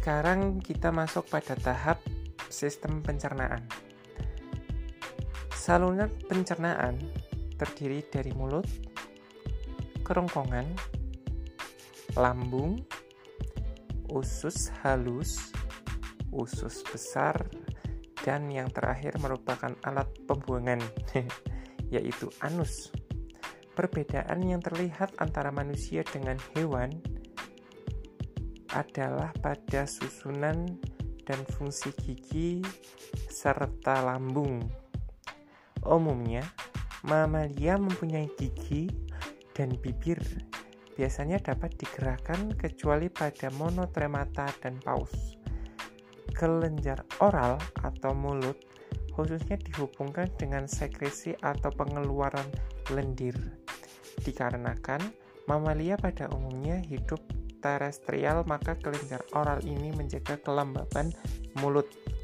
Sekarang kita masuk pada tahap sistem pencernaan. Saluran pencernaan terdiri dari mulut, kerongkongan, lambung, usus halus, usus besar, dan yang terakhir merupakan alat pembuangan, yaitu anus. Perbedaan yang terlihat antara manusia dengan hewan adalah pada susunan dan fungsi gigi serta lambung. Umumnya, mamalia mempunyai gigi dan bibir. Biasanya dapat digerakkan kecuali pada monotremata dan paus. Kelenjar oral atau mulut khususnya dihubungkan dengan sekresi atau pengeluaran lendir. Dikarenakan mamalia pada umumnya hidup terestrial, maka kelenjar oral ini menjaga kelembaban mulut.